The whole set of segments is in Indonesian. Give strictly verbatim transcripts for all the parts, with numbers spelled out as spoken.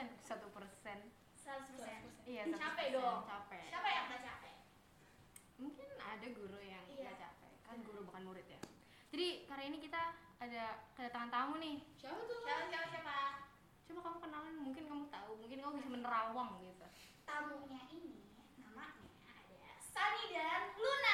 persen, satu persen. seratus persen. Iya, capek dong. Capek. Siapa yang nggak capek? Mungkin ada guru yang nggak Iya. capek, kan guru bukan murid ya. Jadi kali ini kita ada kedatangan tamu nih. Siapa tuh? Siapa siapa siapa? Coba kamu kenalan, mungkin kamu tahu, mungkin kamu bisa menerawang gitu. Tamunya ini namanya ada Sunny dan Luna.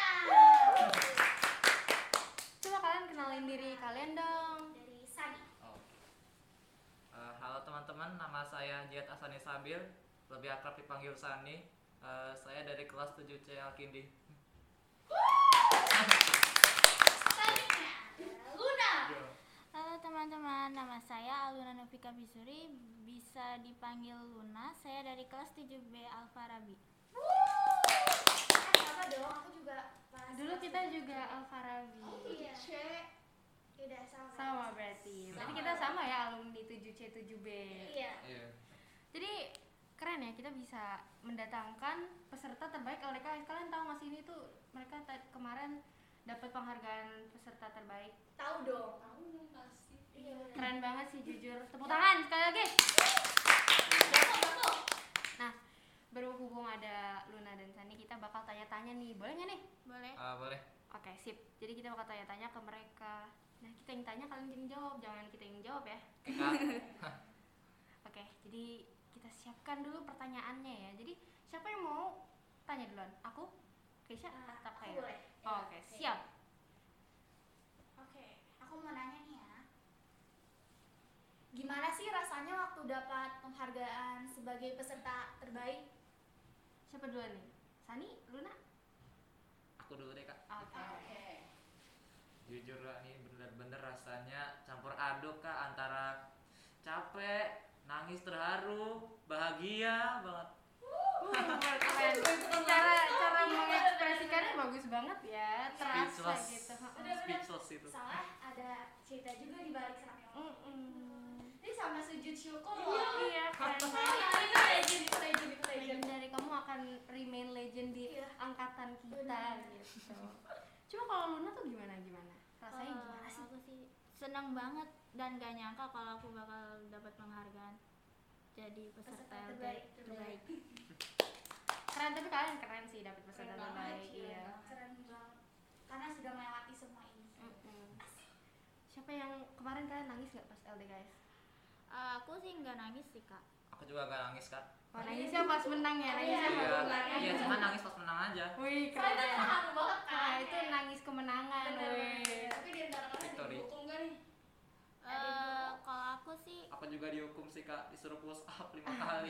Coba kalian kenalin diri kalian dong. Dari Sunny. Oh. Uh, halo teman-teman, nama saya Jihad Asani Sabil, lebih akrab dipanggil Sani. Uh, saya dari kelas tujuh C Alkindi. Sunny-nya ada Luna. Halo teman-teman, nama saya Aluna Novika Bisuri, bisa dipanggil Luna. Saya dari kelas tujuh B Al-Farabi. Eh, sama dong, aku juga pas Dulu kita juga Al-Farabi. Oh iya. C. Udah sama. Sama berarti. Berarti Sama. kita sama ya, alumni tujuh C tujuh B. Iya. Iya. Jadi keren ya, kita bisa mendatangkan peserta terbaik L D K S. Kalian tahu nggak sih, ini tuh mereka t- kemarin dapat penghargaan peserta terbaik. Tahu dong. Tahu dong pasti. Iya. Keren banget sih, jujur. Tepuk tangan sekali lagi. Betul, betul. Nah, berhubung ada Luna dan Sani, kita bakal tanya-tanya nih. Boleh nggak nih? Boleh? Uh, boleh. Oke, sip. Jadi kita bakal tanya-tanya ke mereka. Nah, kita yang tanya, kalian yang jawab. Jangan kita yang jawab ya. Kak. Oke, jadi kita siapkan dulu pertanyaannya ya. Jadi siapa yang mau tanya duluan? Aku? Keisha? Ah, Atau aku Khaira? boleh. Oh, Oke, siap. Oke, aku mau nanya nih ya. Gimana sih rasanya waktu dapat penghargaan sebagai peserta terbaik? Siapa duluan nih? Sani? Luna? Aku dulu deh kak. Oke. Jujur lah, ini bener-bener rasanya campur aduk kak, antara capek, nangis terharu, bahagia banget. Uh, keren. Cara cara mengekspresikannya bagus banget ya. Terasa Speechless. gitu. Speechless itu. Soalnya ada cerita juga di balik sana. Mm-mm. Ini sama sujud syukur Iya, loh. iya, keren Itu banget. itu legend, itu legend, itu legend. Legendary, kamu akan remain legend di Iya. angkatan kita Benar. gitu. Coba kalau Luna tuh gimana gimana? Rasanya Kalau gimana sih? aku sih senang banget dan gak nyangka kalau aku bakal dapat penghargaan jadi peserta Peserta L D terbaik. terbaik. Keren, tapi kalian keren sih dapat peserta Keren banget, terbaik. keren Iya. Keren banget. Karena sudah melewati semua ini. Mm-mm. Siapa yang kemarin kalian nangis nggak pas L D K S? Eh, aku sih nggak nangis sih kak. Aku juga gak nangis kak. Oh, nangisnya pas menang ya, nangisnya Iya. pas Iya, menang. iya cuma nangis pas menang aja. Wih, Soalnya keren. haru banget kan. Nah, itu nangis kemenangan. Bener, Wih. bener. Tapi di antara kalian Victory. dihukum gak nih? Eh, kalau aku sih Aku juga dihukum sih kak, disuruh push up lima kali.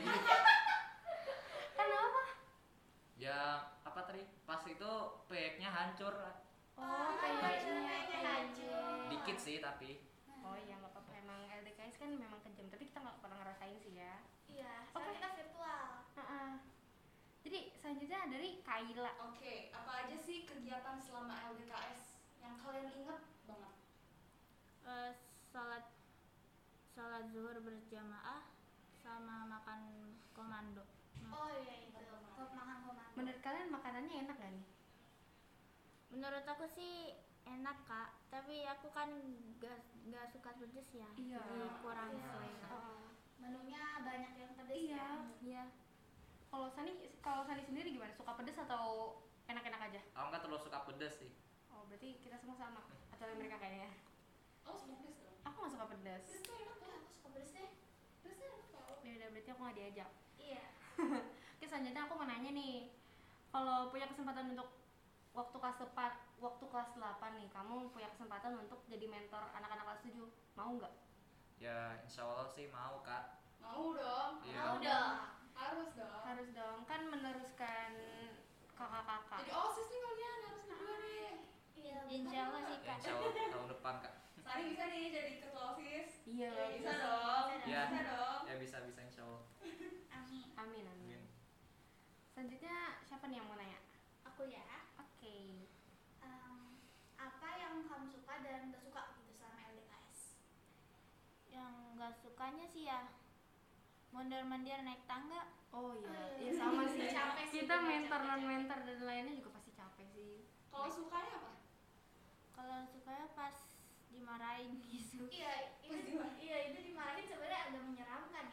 Kenapa? Ya apa tadi? Pas itu peknya hancur. Oh, Ah, kayaknya kayaknya hancur. Dikit sih tapi. Oh iya, nggak apa-apa. Emang L D K S kan memang kejam, tapi kita nggak pernah ngerasain sih ya. Iya, soalnya Oke. kita virtual. Heeh. Jadi selanjutnya dari Kaila. Oke, apa aja sih kegiatan selama L D K S yang kalian inget banget? eh, salat salat zuhur berjamaah sama makan komando. Oh iya itu. Klub makan komando. Menurut kalian makanannya enak gak nih? Menurut aku sih enak kak, tapi aku kan gak, gak suka pedes ya, Iya. jadi kurang Iya. selera. Heeh. Menunya banyak yang pedas Iya. ya. Iya. Kalau Sani, kalau Sani sendiri gimana? Suka pedas atau enak-enak aja? Aku nggak terlalu suka pedas sih. Oh, berarti kita semua sama. Atau mereka kayaknya. Oh, semua pedes dong. Aku nggak suka pedas. Pedes tuh enak Ya, tuh. aku suka pedas deh. Pedesnya enak tau. Ya udah, berarti aku nggak diajak. Iya. Oke, selanjutnya aku mau nanya nih. Kalau punya kesempatan untuk waktu kelas empat, waktu kelas delapan nih, kamu punya kesempatan untuk jadi mentor anak-anak kelas tujuh, mau nggak? Ya insya Allah sih mau kak. Mau dong. Iya. Mau dong. Harus dong. Harus dong, kan meneruskan kakak-kakak. Jadi osis nih kalian harus berdua nih. Iya. Insya Allah sih Ya, kak. insya Allah tahun depan kak. Sani bisa nih jadi ketua osis. Iya, Bisa dong. Iya. Bisa dong. Ya bisa bisa insya Allah. Amin. Amin, amin. Amin. Selanjutnya siapa nih yang mau nanya? Aku ya. Oke. Em, apa yang kamu suka dan gak suka gitu selama L D K S? Yang gak sukanya sih ya mondar-mandir naik tangga. Oh iya, Oh, iya. iya sama sih. Capek sih, Kita bener, mentor capek, non capek. mentor dan lainnya juga pasti capek sih. Kalau sukanya apa? Kalau sukanya pas dimarahin gitu. Iya, itu Pas gimana? iya itu dimarahin sebenarnya agak menyeramkan ya.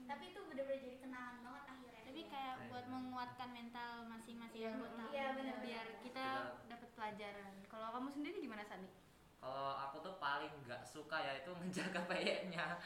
Tapi itu benar-benar jadi kenangan banget akhirnya. Tapi kayak Keren buat banget. menguatkan mental masing-masing Iya, anggota. iya, benar. biar kita dapat pelajaran. Kalau kamu sendiri gimana, Sani? Kalau aku tuh paling nggak suka ya itu menjaga peyeknya.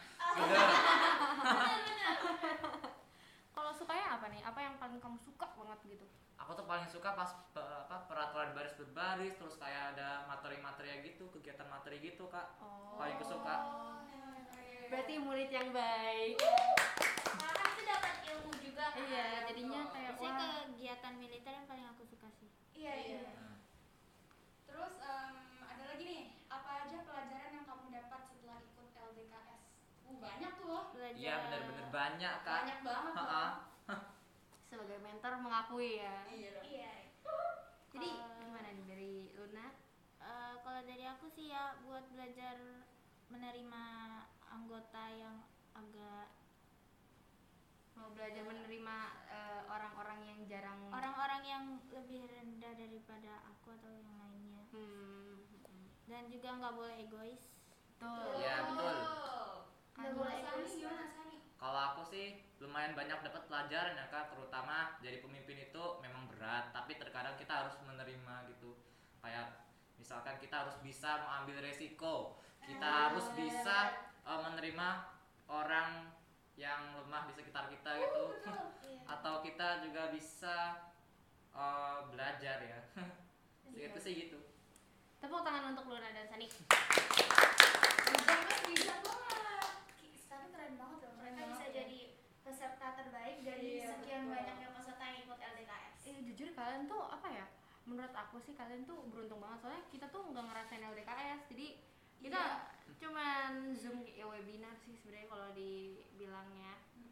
Kalau sukanya apa nih? Apa yang paling kamu suka banget gitu? Aku tuh paling suka pas pe- apa peraturan baris berbaris, terus kayak ada materi-materi gitu, kegiatan materi gitu kak. Oh. Paling kesuka. Oh, iya. Berarti murid yang baik. Karena kan itu dapat ilmu juga kan. Iya, jadinya kayak Biasanya wah. kegiatan militer yang paling aku suka sih. Iya, iya. Nah, Terus em, ada lagi nih, apa aja pelajaran yang kamu dapat setelah ikut L D K S? Uh, banyak tuh. Belajar. Iya bener-bener banyak kak. Banyak banget loh. Ha-ha. Sebagai mentor mengakui ya. Iya dong. Iya. Jadi Kalau- gimana nih dari Luna? Eh, kalau dari aku sih ya buat belajar menerima anggota yang agak Mau belajar menerima eh, orang-orang yang jarang orang-orang yang lebih rendah daripada aku atau yang lainnya, Hmm. dan juga nggak boleh egois. Betul. Iya betul. Nggak Kan boleh Sani egois gimana banget. Sani? Kalau aku sih lumayan banyak dapat pelajaran ya kak, terutama jadi pemimpin itu memang berat, tapi terkadang kita harus menerima gitu. Kayak misalkan kita harus bisa mengambil resiko, kita harus bisa eh, menerima orang yang lemah di sekitar kita gitu, Iya. atau kita juga bisa eh, belajar ya. Segitu sih gitu. Tepuk tangan untuk Luna dan Sani. Bijak banget, bijak banget. Ki- Tapi keren banget loh. Mereka Keren bisa banget, ya. jadi peserta terbaik dari Iya, sekian betul. banyaknya peserta yang ikut L D K S. Eh jujur kalian tuh apa ya? Menurut aku sih kalian tuh beruntung banget soalnya kita tuh nggak ngerasain L D K S. Jadi kita cuman zoom ya webinar sih sebenarnya kalau dibilangnya.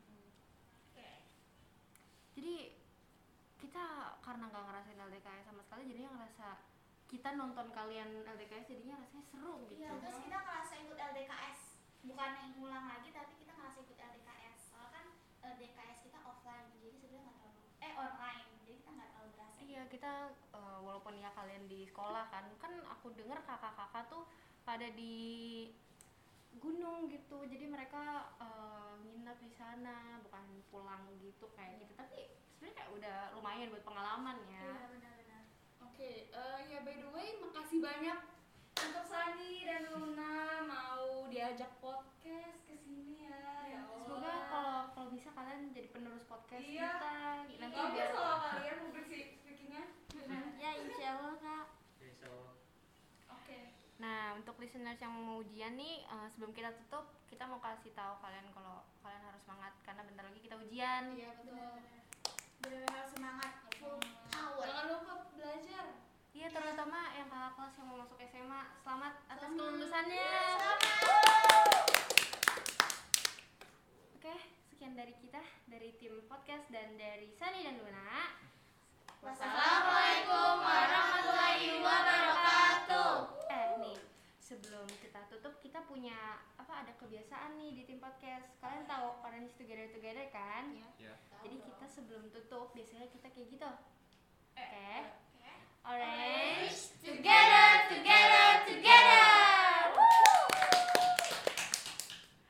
Jadi kita karena nggak ngerasain L D K S sama sekali jadinya ngerasa kita nonton kalian L D K S jadinya rasanya seru gitu. Iya, terus kita ngerasa ikut L D K S. Bukan yang ngulang lagi, tapi kita ngerasa ikut L D K S. Soalnya kan L D K S kita offline, jadi sebenarnya nggak terlalu eh online, jadi kita nggak terlalu berasa. Iya kita eh, walaupun ya kalian di sekolah kan kan aku dengar kakak-kakak tuh pada di gunung gitu jadi mereka eh, nginep di sana bukan pulang gitu kayak gitu tapi sebenarnya kayak udah lumayan buat pengalaman ya. Iya, benar-benar. Oke, eh, ya by the way, makasih banyak untuk Sani dan Luna mau diajak podcast ke sini ya. Ya Allah. Semoga kalau kalau bisa kalian jadi penerus podcast Iya. kita nanti Bagus biar loh kalian public speakingnya. Ya insya Allah kak. Oke, so Oke. Nah, untuk listeners yang mau ujian nih, eh, sebelum kita tutup, kita mau kasih tahu kalian kalau kalian harus semangat karena bentar lagi kita ujian. Iya betul. Benar-benar harus semangat, full power. Jangan lupa belajar. Iya, terutama yang kakak kelas yang mau masuk S M A, selamat atas Selamat. kelulusannya. Oke, sekian dari kita, dari tim podcast dan dari Sani dan Luna. Wassalamualaikum warahmatullahi wabarakatuh. Eh nih, sebelum kita tutup kita punya apa ada kebiasaan nih di tim podcast. Kalian tahu Orange Together Together kan? ya. Jadi kita sebelum tutup biasanya kita kayak gitu. Oke. Oke. Orange